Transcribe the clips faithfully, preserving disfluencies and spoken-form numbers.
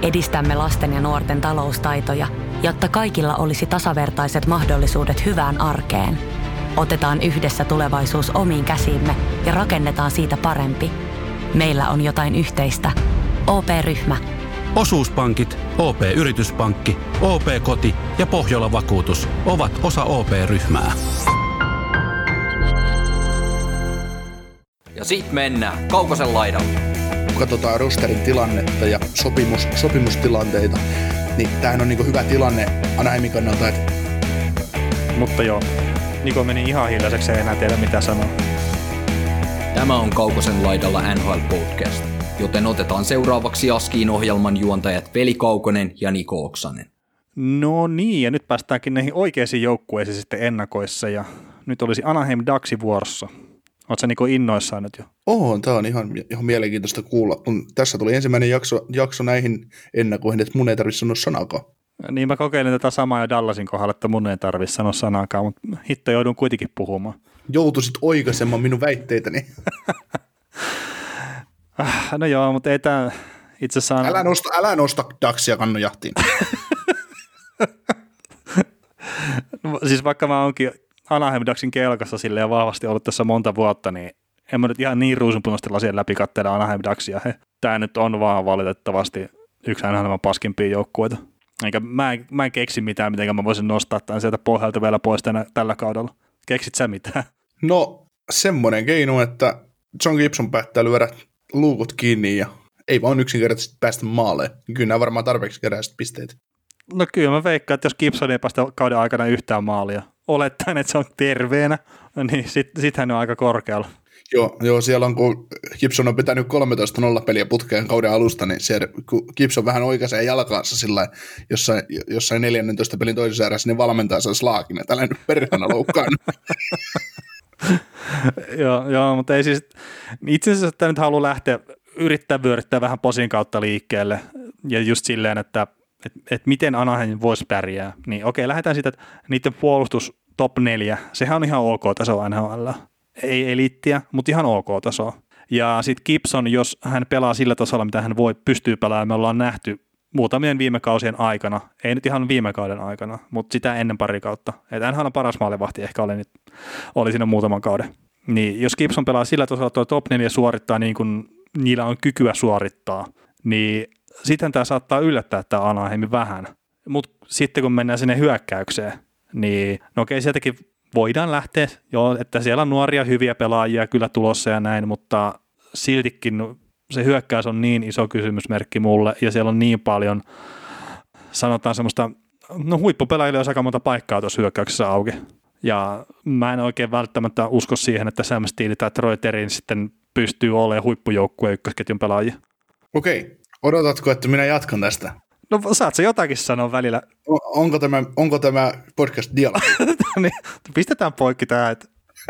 Edistämme lasten ja nuorten taloustaitoja, jotta kaikilla olisi tasavertaiset mahdollisuudet hyvään arkeen. Otetaan yhdessä tulevaisuus omiin käsiimme ja rakennetaan siitä parempi. Meillä on jotain yhteistä. O P-ryhmä. Osuuspankit, O P-yrityspankki, O P-koti ja Pohjola-vakuutus ovat osa O P-ryhmää. Ja sit mennään Kaukosen laidalle. Kun katsotaan rosterin tilannetta ja sopimus, sopimustilanteita, niin tämähän on niin hyvä tilanne Anaheimin kannalta. Että... Mutta joo, Niko meni ihan hiljaiseksi, ei enää tiedä mitä sanoa. Tämä on Kaukosen laidalla N H L Podcast, joten otetaan seuraavaksi Askiin ohjelman juontajat Veli Kaukonen ja Niko Oksanen. No niin, ja nyt päästäänkin näihin oikeisiin joukkueisiin sitten ennakoissa, ja nyt olisi Anaheim Ducksin vuorossa. Oletko Niko innoissaan nyt jo? Oon, tämä on ihan, ihan mielenkiintoista kuulla, kun tässä tuli ensimmäinen jakso, jakso näihin ennakoihin, että mun ei tarvitse sanoa sanakaan. Niin mä kokeilin tätä samaa jo Dallasin kohdalla, että mun ei tarvitse sanoa sanakaan, mutta hitto joudun kuitenkin puhumaan. Joutuisit oikaisemaan minun väitteitäni. No joo, mutta ei tämä itse asiassa... Älä nosta, älä nosta Ducksia kannojahtiin. No, siis vaikka mä oonkin Anaheim Ducksin kelkassa silleen vahvasti ollut tässä monta vuotta, niin en mä nyt ihan niin ruusunpunaisten lasien läpi katsella Anaheim Ducksia. Tämä nyt on vaan valitettavasti yksi aina paskimpia joukkueita. Eikä mä en, mä en keksi mitään, miten mä voisin nostaa tämän sieltä pohjalta vielä pois tänä, tällä kaudella. Keksit sä mitään? No semmoinen keino, että John Gibson päättää lyödä luukut kiinni ja ei vaan yksinkertaisesti päästä maaleen. Kyllä nämä varmaan tarpeeksi kerää pisteitä. No kyllä mä veikkaan, että jos Gibson ei päästä kauden aikana yhtään maalia, olettaen, että se on terveenä, niin sitten sit hän on aika korkealla. Joo, joo, siellä on, kun Gibson on pitänyt kolmetoista nolla peliä putkeen kauden alusta, niin se, kun Gibson vähän oikaisee jalkaansa sillä jossain, jossain neljännentoista pelin toisessa erässä, niin valmentaa saa slaakin, että älä nyt perhana loukkaannut. joo, joo, mutta ei siis, itse asiassa että nyt haluaa lähteä, yrittää vyörittää vähän posin kautta liikkeelle, ja just silleen, että et, et miten Anaheim voisi pärjää, niin okei, lähdetään siitä, että niiden puolustus top neljä, sehän on ihan ok taso N H L. Ei eliittiä, mutta ihan ok tasoa. Ja sitten Gibson, jos hän pelaa sillä tasolla, mitä hän voi pystyy pelaamaan, me ollaan nähty muutamien viime kausien aikana, ei nyt ihan viime kauden aikana, mutta sitä ennen pari kautta. Että N H L paras maalivahti ehkä oli, oli siinä muutaman kauden. Niin jos Gibson pelaa sillä tasolla, että tuo top neljä suorittaa niin kuin niillä on kykyä suorittaa, niin sitten tämä saattaa yllättää tämä Anaheim vähän. Mutta sitten kun mennään sinne hyökkäykseen, niin no okei, sieltäkin voidaan lähteä, joo, että siellä on nuoria hyviä pelaajia kyllä tulossa ja näin, mutta siltikin se hyökkäys on niin iso kysymysmerkki mulle, ja siellä on niin paljon, sanotaan semmoista, no huippupelaajille on aika monta paikkaa tuossa hyökkäyksessä auki, ja mä en oikein välttämättä usko siihen, että Sam Steele tai Troy Terry sitten pystyy olemaan huippujoukkueen ykkösketjun pelaajia. Okei, odotatko, että minä jatkan tästä? No saat sä jotakin sanoa välillä. Onko tämä, onko tämä podcast dialogi? Niin, pistetään poikki tämä. Että...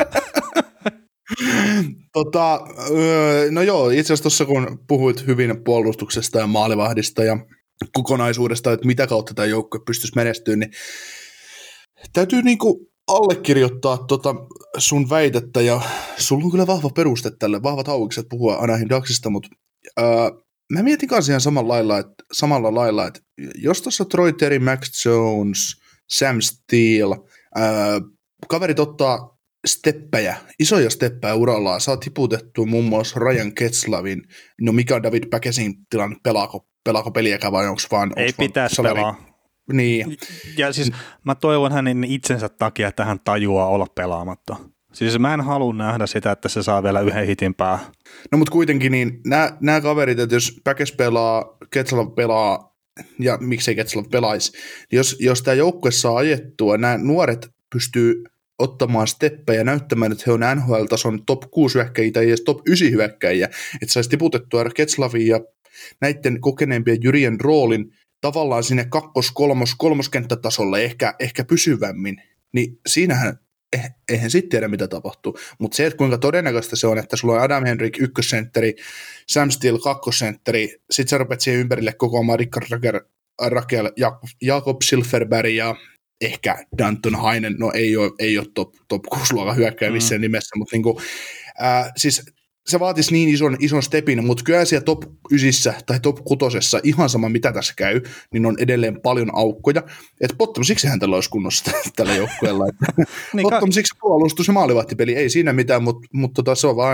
tota, no joo, itse asiassa tuossa kun puhuit hyvin puolustuksesta ja maalivahdista ja kokonaisuudesta, että mitä kautta tämä joukkue pystyisi menestyä, niin täytyy niinku allekirjoittaa tota sun väitettä, ja sulla on kyllä vahva peruste tälle, vahvat aukset puhua Anaheim Ducksista, mutta ää, mä mietin kanssa ihan samalla lailla, että, samalla lailla, että jos tuossa Troy Terry, Max Jones, Sam Steele, ää, kaverit ottaa steppejä, isoja steppejä urallaan, saa tiputettua muun muassa Ryan Getzlafin, no mikä on David Päkesin tilanne, pelaako, pelaako peliäkään vai onko vaan... Ei pitäisi pelaa. Niin. Ja siis mä toivon hänen itsensä takia, että hän tajuaa olla pelaamatta. Siis mä en halua nähdä sitä, että se saa vielä yhden hitin päähän. No mutta kuitenkin niin nämä, nämä kaverit, että jos Päkes pelaa, Getzlaf pelaa ja miksei Getzlaf pelaisi, niin jos, jos tämä joukkue saa ajettua, nämä nuoret pystyy ottamaan steppejä ja näyttämään, että he on N H L-tason top kuusi hyökkäjiä tai edes top yhdeksän hyökkäjiä, että saisi tiputettua Getzlafin ja näiden kokeneempien jyrien roolin tavallaan sinne kakkos-, kolmos-, kolmoskenttätasolle ehkä, ehkä pysyvämmin, niin siinähän eh, eihän sitten tiedä, mitä tapahtuu. Mutta se, että kuinka todennäköistä se on, että sulla on Adam Henrik ykkössentteri, Sam Steele kakkosentteri, sitten sä rupeat siihen ympärille kokoamaan Rickard Raquel, Jakob Silfverberg ja ehkä Danton Heinen, no ei ole, ei ole top, top kuusi luokan hyökkäjä missään mm. nimessä, mutta niinku, äh, siis se vaatisi niin ison, ison stepin, mutta kyllä siellä top yhdeksässä tai top kutosessa, ihan sama mitä tässä käy, niin on edelleen paljon aukkoja. Että Bottom siksihän tällä olisi kunnossa tällä joukkueella. niin Bottom ka- siksi puolustus ja maalivahtipeli, ei siinä mitään, mutta mut tota, se on vaan,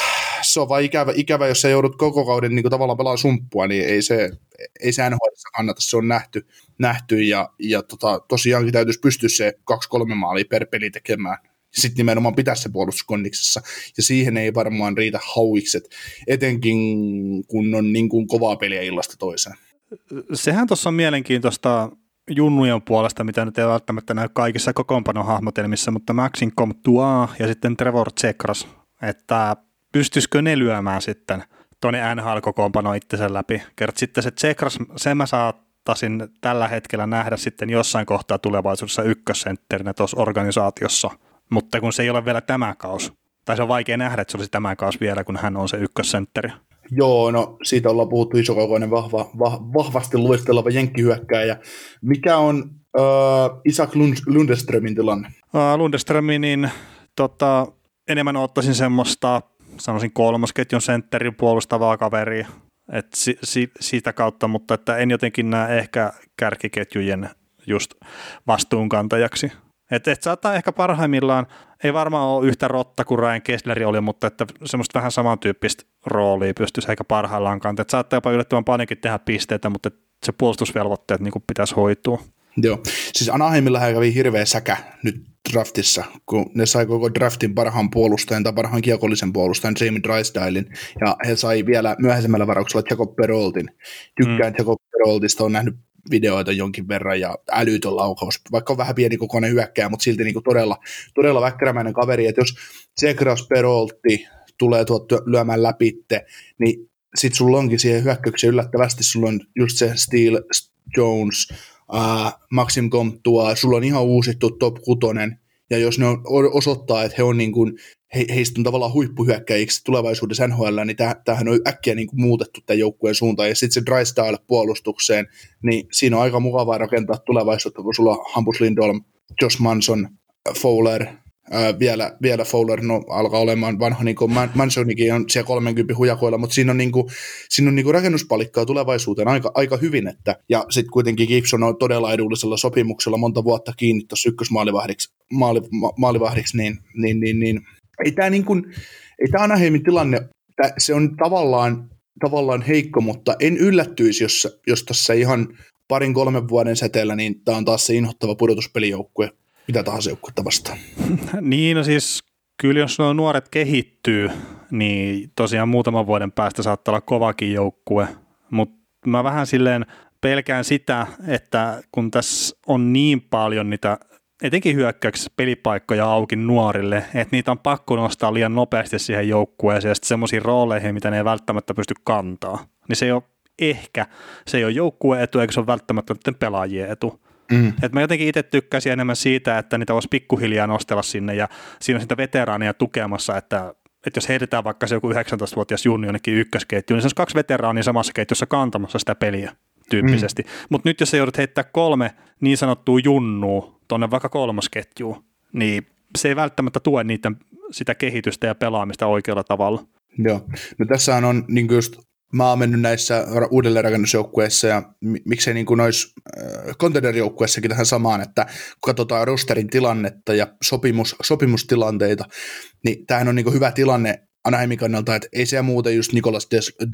se on vaan ikävä, ikävä, jos sä joudut koko kauden niin kuin tavallaan pelaamaan sumppua, niin ei se, ei se N H L:ssä kannata, se on nähty, nähty ja, ja tota, tosiaankin täytyisi pystyä se kaksi kolme maalia per peli tekemään. Sitten nimenomaan pitää se puolustuskondiksessa, ja siihen ei varmaan riitä hauikset, etenkin kun on niin kuin kovaa peliä illasta toiseen. Sehän tuossa on mielenkiintoista junnujen puolesta, mitä nyt ei välttämättä näy kaikissa kokoonpanohahmotelmissa, mutta Maxime Comtois ja sitten Trevor Zegras, että pystyisikö ne lyömään sitten tuonne N H L-kokoonpano itsensä läpi. Kert sitten se Zegras, sen mä saattaisin tällä hetkellä nähdä sitten jossain kohtaa tulevaisuudessa ykkössentterinä tuossa organisaatiossa, mutta kun se ei ole vielä tämä kaus, tai se on vaikea nähdä, että se olisi tämä kaus vielä, kun hän on se ykkössentteri. Joo, no siitä ollaan puhuttu isokokoinen, vahva, vah, vahvasti luisteleva jenkkihyökkääjä. Mikä on äh, Isak Lundströmin tilanne? Uh, Lundströmin, niin tota, enemmän ottaisin semmoista, sanoisin kolmosketjun sentterin puolustavaa kaveria, että si, si, siitä kautta, mutta että en jotenkin näe ehkä kärkiketjujen just vastuunkantajaksi. Että et saattaa ehkä parhaimmillaan, ei varmaan ole yhtä rotta kuin Ryan Kessleri oli, mutta että semmoista vähän samantyyppistä roolia pystyisi ehkä parhaillaan kantaa. Että saattaa jopa yllättävän paljonkin tehdä pisteitä, mutta se puolustusvelvoitteet niin kuin pitäisi hoitua. Joo, siis Anaheimillahan kävi hirveä säkä nyt draftissa, kun ne sai koko draftin parhaan puolustajan tai parhaan kiekollisen puolustajan Jamie Drysdailin, ja he sai vielä myöhäisemmällä varauksella Jacob Perreaultin. Tykkään mm. Jacob Perreaultista, on nähnyt videoita jonkin verran ja älytön laukaus, vaikka on vähän pieni kokoinen hyökkääjä, mutta silti niin kuin todella, todella väkkärämäinen kaveri, että jos Zegras Perreaultti tulee tuot lyömään läpitte, niin sit sulla onkin siihen hyökkäykseen yllättävästi, sulla on just se Steele, Jones, uh, Maxime Comtois, sulla on ihan uusittu top kutonen, ja jos ne on, osoittaa, että he on niin kuin, he, heistä on tavallaan huippuhyökkäjiksi tulevaisuudessa N H L, niin tämähän on äkkiä niin kuin muutettu tämän joukkueen suuntaan, ja sitten se Drysdale puolustukseen, niin siinä on aika mukavaa rakentaa tulevaisuutta, kun sulla on Hampus Lindholm, Josh Manson, Fowler, ää, vielä, vielä Fowler, no alkaa olemaan vanha, niin kuin Mansonikin on siellä kolmekymmentä hujakoilla, mutta siinä on, niin kuin, siinä on niin kuin rakennuspalikkaa tulevaisuuteen aika, aika hyvin, että, ja sitten kuitenkin Gibson on todella edullisella sopimuksella monta vuotta kiinni tuossa ykkösmaalivahdiksi, maali, ma, maalivahdiksi, niin, niin, niin, niin ei tämä niin kuin, ei tämä Anaheimin tilanne, tää, se on tavallaan, tavallaan heikko, mutta en yllättyisi, jos, jos tässä ihan parin kolmen vuoden säteellä, niin tämä on taas se inhottava pudotuspelijoukkue, mitä tahansa joukkuetta vastaan. Niin, no siis kyllä jos nuo nuoret kehittyy, niin tosiaan muutaman vuoden päästä saattaa olla kovakin joukkue, mutta mä vähän silleen pelkään sitä, että kun tässä on niin paljon niitä etenkin hyökkäyksessä pelipaikkoja auki nuorille, että niitä on pakko nostaa liian nopeasti siihen joukkueeseen ja sitten semmoisiin rooleihin, mitä ne ei välttämättä pysty kantaa. Niin se ei ole ehkä, se ei ole joukkueen etu, eikä se ole välttämättä pelaajien etu. Mm. Et mä jotenkin itse tykkäsin enemmän siitä, että niitä voisi pikkuhiljaa nostella sinne ja siinä on sitä veteraania tukemassa, että, että jos heitetään vaikka se joku yhdeksäntoistavuotias junni jonnekin ykkösketjuun, niin se on kaksi veteraania samassa ketjussa kantamassa sitä peliä tyyppisesti. Mm. Mutta nyt jos sä joudut heittää kolme niin sanottua junnua tuonne vaikka kolmosketjuun, niin se ei välttämättä tue niiden sitä kehitystä ja pelaamista oikealla tavalla. Joo, no tässähän on niin just, mä oon mennyt näissä uudelleenrakennusjoukkueissa ja miksei niin kuin noissa äh, contender-joukkueissakin tähän samaan, että kun katsotaan rosterin tilannetta ja sopimus, sopimustilanteita, niin tämähän on niin kuin hyvä tilanne Anaheimin kannalta, että ei se muuten just Nicolas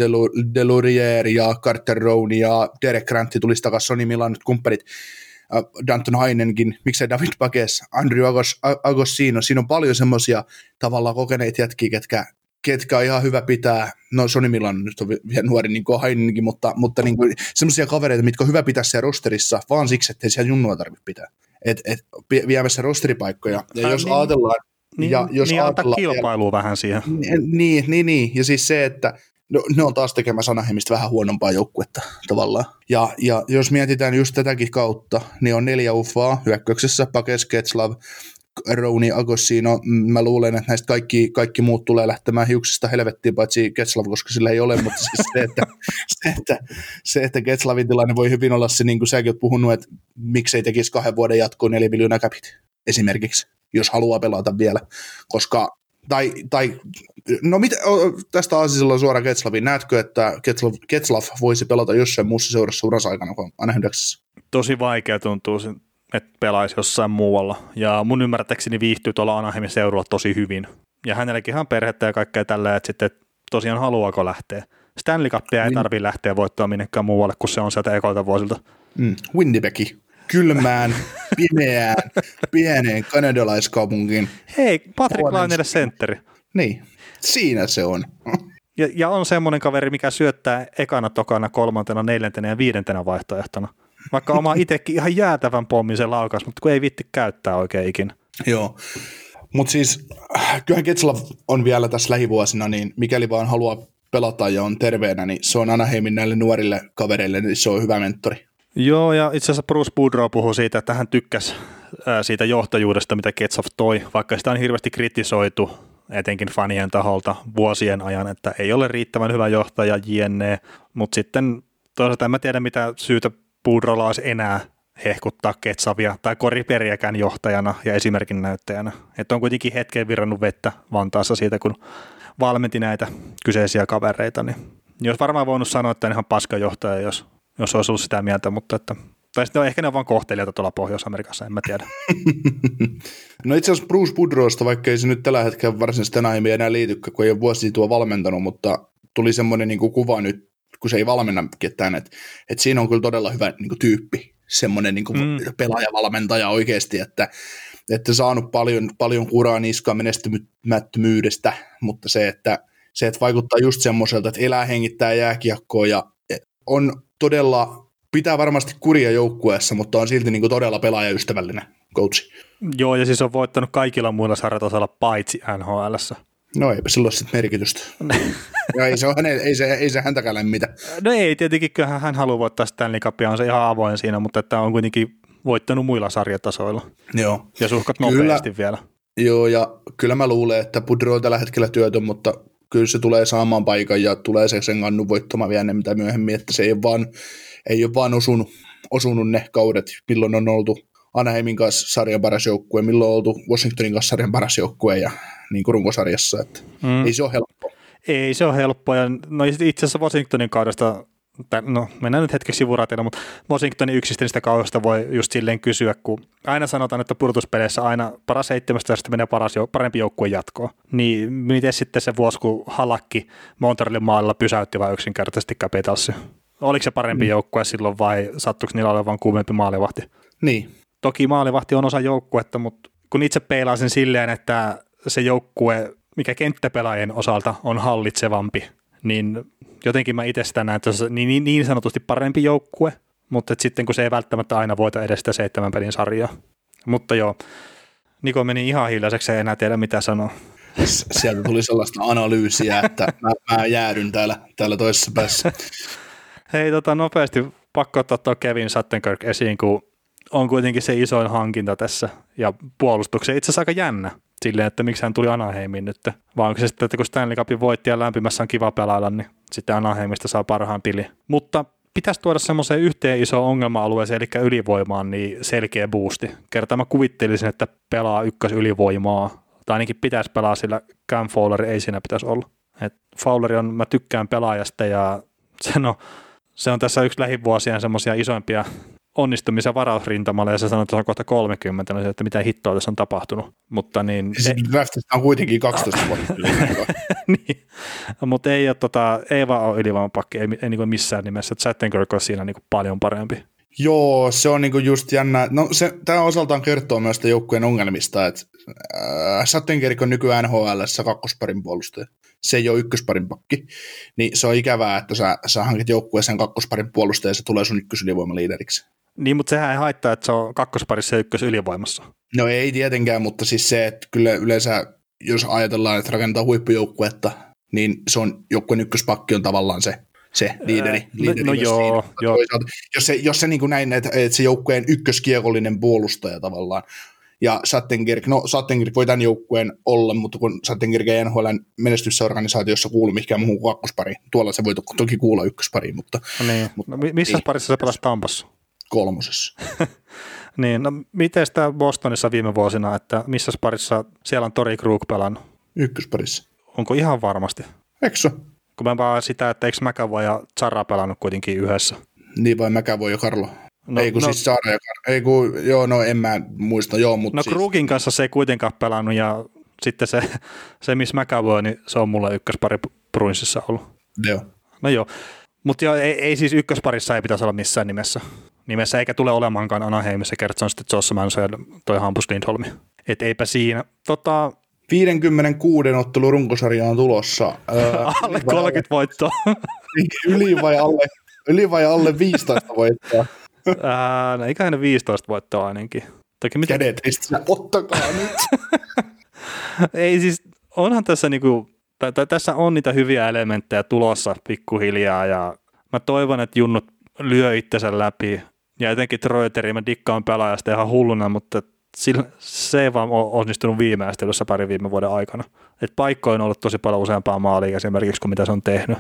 Delorier ja Carter Rowney ja Derek Grantti tulisi takaisin Sony Milan nyt kumppanit, Danton Hainenkin, miksei David Backes, Andrew Agostino, siinä on paljon semmoisia tavallaan kokeneita jätkiä, ketkä, ketkä on ihan hyvä pitää, no Sony Milan nyt on vielä nuori niin kuin Hainenkin, mutta, mutta niin kuin semmoisia kavereita, mitkä on hyvä pitää siellä rosterissa, vaan siksi, että ei siellä junnua tarvitse pitää, että et, viemässä rosteripaikkoja, ja jos niin, ajatellaan, niin, ja jos niin antaa kilpailua vähän siihen. Niin, niin, niin, ja siis se, että no, ne on taas tekemässä Anaheimista vähän huonompaa joukkuetta tavallaan. Ja, ja jos mietitään just tätäkin kautta, niin on neljä ufaa hyökkäyksessä, Backes, Getzlaf, Rowney, Agostino. Mä luulen, että näistä kaikki, kaikki muut tulee lähtemään hiuksista helvettiin, paitsi Getzlaf, koska sillä ei ole, mutta siis se, että, se, että, se, että Getzlafin tilanne voi hyvin olla se, niin kuin säkin oot puhunut, että miksei tekisi kahden vuoden jatkoon neljä miljoonaa capit esimerkiksi, jos haluaa pelata vielä, koska tai, tai no mitä, tästä Aasisella on suora Getzlaviin. Näetkö, että Getzlav, Getzlav voisi pelata jossain muussa seurassa uransa aikana kuin Anaheim Ducksissa? Tosi vaikea tuntuu, että pelaisi jossain muualla. Ja mun ymmärtäkseni viihtyy tuolla Anaheimin seurulla tosi hyvin. Ja hänelläkin ihan perhettä ja kaikkea tälleen, että sitten tosiaan haluaako lähteä. Stanley Cupia ei tarvitse lähteä voittaa minnekään muualle, kun se on sieltä ekolta vuosilta. Mm. Winnipegi. Kylmään, pimeään, pieneen kanadalaiskaupunkiin. Hei, Patrick Lainelle sentteri. Niin, siinä se on. Ja, ja on semmoinen kaveri, mikä syöttää ekana, tokana, kolmantena, neljäntenä ja viidentenä vaihtoehtona. Vaikka oma itsekin ihan jäätävän pommin se laukaus, mutta kun ei viitti käyttää oikein ikinä. Joo, mutta siis kyllähän Getzlav on vielä tässä lähivuosina, niin mikäli vaan haluaa pelata ja on terveenä, niin se on Anaheimin näille nuorille kavereille, niin se on hyvä mentori. Joo, ja itse asiassa Bruce Boudreau puhui siitä, että hän tykkäsi siitä johtajuudesta, mitä Getzlav toi, vaikka sitä on hirveästi kritisoitu, etenkin fanien taholta vuosien ajan, että ei ole riittävän hyvä johtaja jne, mutta sitten toisaalta en mä tiedä, mitä syytä Boudreaulla olisi enää hehkuttaa Getzlavia tai Corey Perryäkään johtajana ja esimerkin näyttäjänä. Että on kuitenkin hetken virrannut vettä Vantaassa siitä, kun valmenti näitä kyseisiä kavereita, niin jos varmaan voinut sanoa, että on ihan paska johtaja, jos, jos olisi ollut sitä mieltä, mutta että, tai sitten ehkä ne on vaan kohtelijoita tuolla Pohjois-Amerikassa, en mä tiedä. No itse asiassa Bruce Boudreausta, vaikka ei se nyt tällä hetkellä varsinaisesti Anaheimia enää liitykään, kun ei ole vuosi tuo valmentanut, mutta tuli semmoinen niin kuin kuva nyt, kun se ei valmenna ketään, että, että siinä on kyllä todella hyvä niin kuin tyyppi, semmoinen niin kuin mm. pelaaja-valmentaja oikeasti, että, että saanut paljon, paljon kuraa niskaan menestymättömyydestä, mutta se että, se, että vaikuttaa just semmoiselta, että elää, hengittää jääkiekkoa ja on todella, pitää varmasti kuria joukkueessa, mutta on silti niin kuin todella pelaajaystävällinen coachi. Joo, ja siis on voittanut kaikilla muilla sarjatasoilla paitsi N H L:ssä. No eipä sillä ole sitten merkitystä. Ja ei se, ole, ei, se, ei se häntäkään lämmitä. No ei, tietenkin kyllähän hän haluaa voittaa Stanley Cupia, on se ihan avoin siinä, mutta että on kuitenkin voittanut muilla sarjatasoilla. Joo. Ja suhkat nopeasti vielä. Joo, ja kyllä mä luulen, että Boudreau on tällä hetkellä työtön, mutta kyllä se tulee saamaan paikan ja tulee se sen kannun voittamaan vielä mitä myöhemmin, että se ei ole vaan, ei ole vaan osunut, osunut ne kaudet, milloin on oltu Anaheimin kanssa sarjan paras joukkue, milloin on oltu Washingtonin kanssa sarjan paras joukkue ja niin kuin runkosarjassa, että mm. ei se ole helppoa. Ei se ole helppoa, ja no itse asiassa Washingtonin kaudesta, no mennään nyt hetkeksi sivurateilla, mutta Washingtonin yksistä kaudesta voi just silleen kysyä, kun aina sanotaan, että pudotuspeleissä aina paras seitsemästä menee paras, parempi joukkue jatkoon. Niin miten sitten se vuosi, kun Halakki Montrealin maalilla pysäytti vai yksinkertaisesti Capitalsi? Oliko se parempi mm. joukkue silloin vai sattuiko niillä olevan kuumempi maalivahti? Niin. Toki maalivahti on osa joukkuetta, mutta kun itse peilaa sen silleen, että se joukkue, mikä kenttäpelaajien osalta on hallitsevampi, niin jotenkin mä itse sitä näen, että se on niin, niin sanotusti parempi joukkue, mutta sitten kun se ei välttämättä aina voita edes sitä seitsemän pelin sarjaa. Mutta joo, Niko meni ihan hiljaiseksi, ei enää tiedä mitä sanoa. Sieltä tuli sellaista analyysiä, että mä, mä jäädyn täällä, täällä toisessa päässä. Hei, tota, nopeasti pakko ottaa tuo Kevin Shattenkirk esiin, kun on kuitenkin se isoin hankinta tässä ja puolustuksen itse asiassa aika jännä silleen, että miksi hän tuli Anaheimiin nyt. Vaan onko se sitten, että kun Stanley Cupin voitti ja lämpimässä on kiva pelailla, niin sitten Anaheimista saa parhaan pili. Mutta pitäisi tuoda semmoiseen yhteen isoon ongelma-alueeseen, eli ylivoimaan, niin selkeä boosti. Kertaa mä kuvittelisin, että pelaa ykkös ylivoimaa, tai ainakin pitäisi pelaa, sillä Cam Fowler ei siinä pitäisi olla. Et Fowler on, mä tykkään pelaajasta ja se, no, se on tässä yksi lähivuosien semmoisia isoimpia onnistumisen varausrintamalla, ja se sanoo, että se on kohta kolmekymmentä, niin se, että mitä hittoa tässä on tapahtunut. Mutta niin, siis draftista on kuitenkin kaksitoista vuotta. Niin, mutta ei, ole, tota, ei vaan ole ylivoimapakki, ei, ei niin missään nimessä, että Shattenkirk on siinä niin paljon parempi. Joo, se on niin just jännä. No se, tämä osaltaan kertoo myös joukkueen ongelmista, että äh, Shattenkirk on nykyään N H L:ssä kakkosparin puolustaja. Se ei ole ykkösparin pakki, niin se on ikävää, että sä, sä hankit joukkueeseen kakkosparin puolustaja ja se tulee sun ykkösylivoimaliideriksi. Niin, mutta sehän ei haittaa, että se on kakkosparissa ja ykkösylivoimassa. No ei tietenkään, mutta siis se, että kyllä yleensä, jos ajatellaan, että rakentaa huippujoukkuetta, niin se on joukkueen ykköspakki on tavallaan se, se liideri. liideri no joo, joo. Jos se, jos se niin kuin näin, että, että se joukkueen ykköskiekollinen puolustaja tavallaan, ja Shattenkirk, no Shattenkirk voi tämän joukkueen olla, mutta kun Shattenkirk ei N H L:n menestysorganisaatiossa kuulu mihinkään muuhun kuin kakkospariin, tuolla se voi to- toki kuulla ykköspariin, mutta... No niin, mutta, no, missä ei. Parissa se pelasi Tampassa? Kolmosessa. Niin, no miten sitä Bostonissa viime vuosina, että missä parissa siellä on Tori Krug pelannut? ykkösparissa. Onko ihan varmasti? Eikö se? Kun mä vaan sitä, että eikö McAvoy ja Zara pelannut kuitenkin yhdessä? Niin vai McAvoy ja Carlo? No, ei kun no, siis Zara ja Carlo. Ei kun, joo, no en mä muista, joo, mutta No siis. Krugin kanssa se ei kuitenkaan pelannut ja sitten se, se missä McAvoy, niin se on mulle ykköspari Bruinsissa ollut. Joo. No joo, mutta joo, ei, ei siis ykkösparissa ei pitäisi olla missään nimessä. Nimessä eikä tule olemaankaan Anaheimissa, kertoo sitten Josh Manson ja toi Hampus Lindholmi. Et eipä siinä. Tota, viisikymmentäkuusi ottelu runkosarja on tulossa. alle kolmekymmentä voittoa. Yli vai alle, yli vai alle viisitoista voittoa? Ää, no eiköhän ne viisitoista voittoa ainakin. Toki mitä... Kädet ristissä, ottakaa nyt. Ei siis, onhan tässä niinku, t- t- tässä on niitä hyviä elementtejä tulossa pikkuhiljaa ja mä toivon, että junnut lyö itsensä läpi ja etenkin Troiteri, mä dikkaan pelaajasta ihan hulluna, mutta sillä, se ei vaan ole onnistunut viimeistelyssä pari viime vuoden aikana. Et paikkoja on ollut tosi paljon useampaa maalia esimerkiksi kuin mitä se on tehnyt.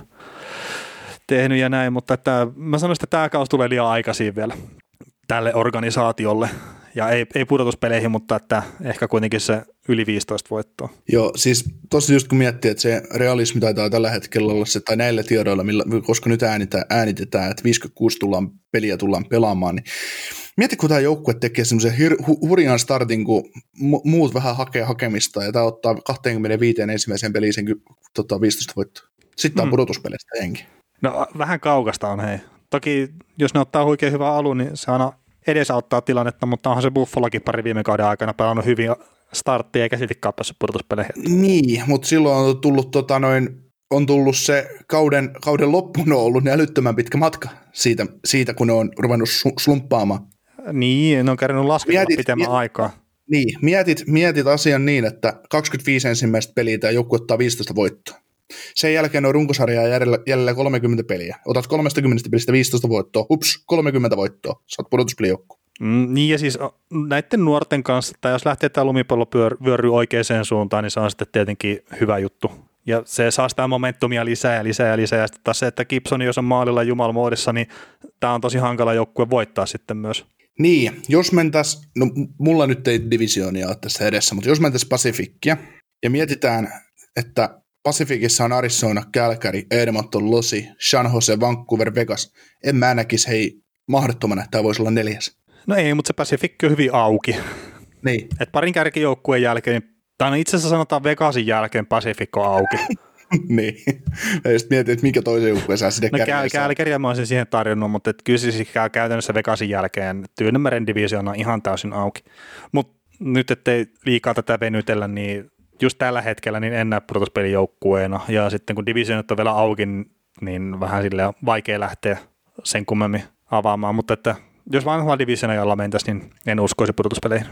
tehnyt ja näin, mutta että mä sanoisin, että tämä kausi tulee liian aikaisin vielä tälle organisaatiolle. Ja ei, ei pudotuspeleihin, mutta että ehkä kuitenkin se yli viisitoista voittoa. Joo, siis tosi just kun miettii, että se realismi taitaa tällä hetkellä olla se, tai näillä tiedoilla, millä, koska nyt äänitä, äänitetään, että viisikymmentäkuusi tullaan, peliä tullaan pelaamaan, niin mieti, kun tämä joukkue tekee semmoisen hir- hu- hurjan startin, kun mu- muut vähän hakee hakemista, ja tämä ottaa kaksikymmentäviisi ensimmäiseen peliin sen tota, viisitoista voittoa. Sitten on mm. pudotuspeleistä henki. No vähän kaukasta on hei. Toki jos ne ottaa huikein hyvän alun, niin se aina edesauttaa tilannetta, mutta onhan se Buffalokin pari viime kauden aikana pelannut hyvin starttia eikä siltikään päässyt pudotuspeleihin. Niin, mutta silloin on tullut, tota, noin, on tullut se kauden, kauden loppuun on ollut ne älyttömän pitkä matka siitä, siitä kun ne on ruvennut slumppaamaan. Niin, ne on käynyt lasketella pitemmän miet, aikaa. Niin, mietit, mietit asian niin, että kaksikymmentäviisi ensimmäistä peliä tämä joukku ottaa viisitoista voittoa. Sen jälkeen on runkosarjaa jäljellä kolmekymmentä peliä. Otat kolmekymmentä pelistä viisitoista voittoa, hups, kolmekymmentä voittoa, sä oot pudotuspelijoukku. Mm, niin ja siis näiden nuorten kanssa, tai jos lähtee tämä lumipallo vyöryy oikeaan suuntaan, niin se on sitten tietenkin hyvä juttu. Ja se saa sitä momentumia lisää ja lisää ja lisää. Ja sitten taas se, että Gibsoni, jos on maalilla jumalmoodissa, niin tämä on tosi hankala joukkue voittaa sitten myös. Niin, jos mentäisiin, no mulla nyt ei divisioonia ole tässä edessä, mutta jos mentäisiin Pacificia ja mietitään, että Pacificissa on Arizona, Calgary, Edmonton, Losi, San Jose, Vancouver, Vegas. En mä näkisi hei mahdottomana, että tämä voisi olla neljäs. No ei, mutta se Pacific on hyvin auki. Niin. Et parin kärkijoukkueen jälkeen, tai itse asiassa sanotaan Vegasin jälkeen Pacific on auki. Niin. Ja just mietin, että mikä toisen joukkueen saa sinne no, kärjessä. No Calgary mä olisin siihen tarjonnut, mutta kyllä siis käytännössä Vegasin jälkeen Tyynemeren divisioona on ihan täysin auki. Mutta nyt ettei liikaa tätä venytellä, niin just tällä hetkellä niin en näe pudotuspelijoukkueena, ja sitten kun divisioonit on vielä auki, niin vähän silleen vaikea lähteä sen kummemmin avaamaan, mutta että jos vanhalla divisioonalla mentäisiin, niin en uskoisi pudotuspeleihin.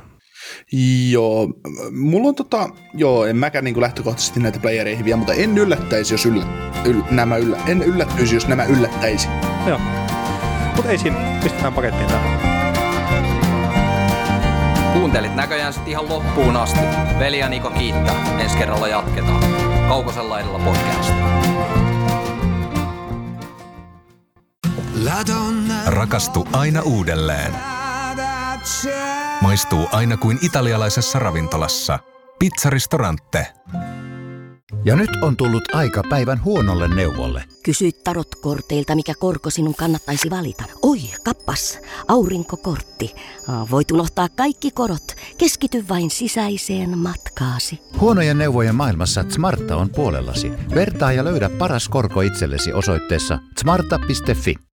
Joo, mulla on tota, joo, en mäkään niin lähtökohtaisesti näitä playereihin vielä, mutta en yllättäisi, jos yllä, yl, nämä yllä, en yllättyisi, jos nämä yllättäisi. Joo, mutta ei siinä, pistetään pakettiin tämä. Kuuntelit näköjään sitten ihan loppuun asti. Veli ja Niko kiittää. Ensi kerralla jatketaan. Kaukosen laidalla podcast. Rakastu aina uudelleen. Maistuu aina kuin italialaisessa ravintolassa. Pizzaristorante. Ja nyt on tullut aika päivän huonolle neuvolle. Kysy tarotkorteilta, mikä korko sinun kannattaisi valita. Oi, kappas, aurinkokortti. Voit unohtaa kaikki korot. Keskity vain sisäiseen matkaasi. Huonojen neuvojen maailmassa Smarta on puolellasi. Vertaa ja löydä paras korko itsellesi osoitteessa smarta piste fi.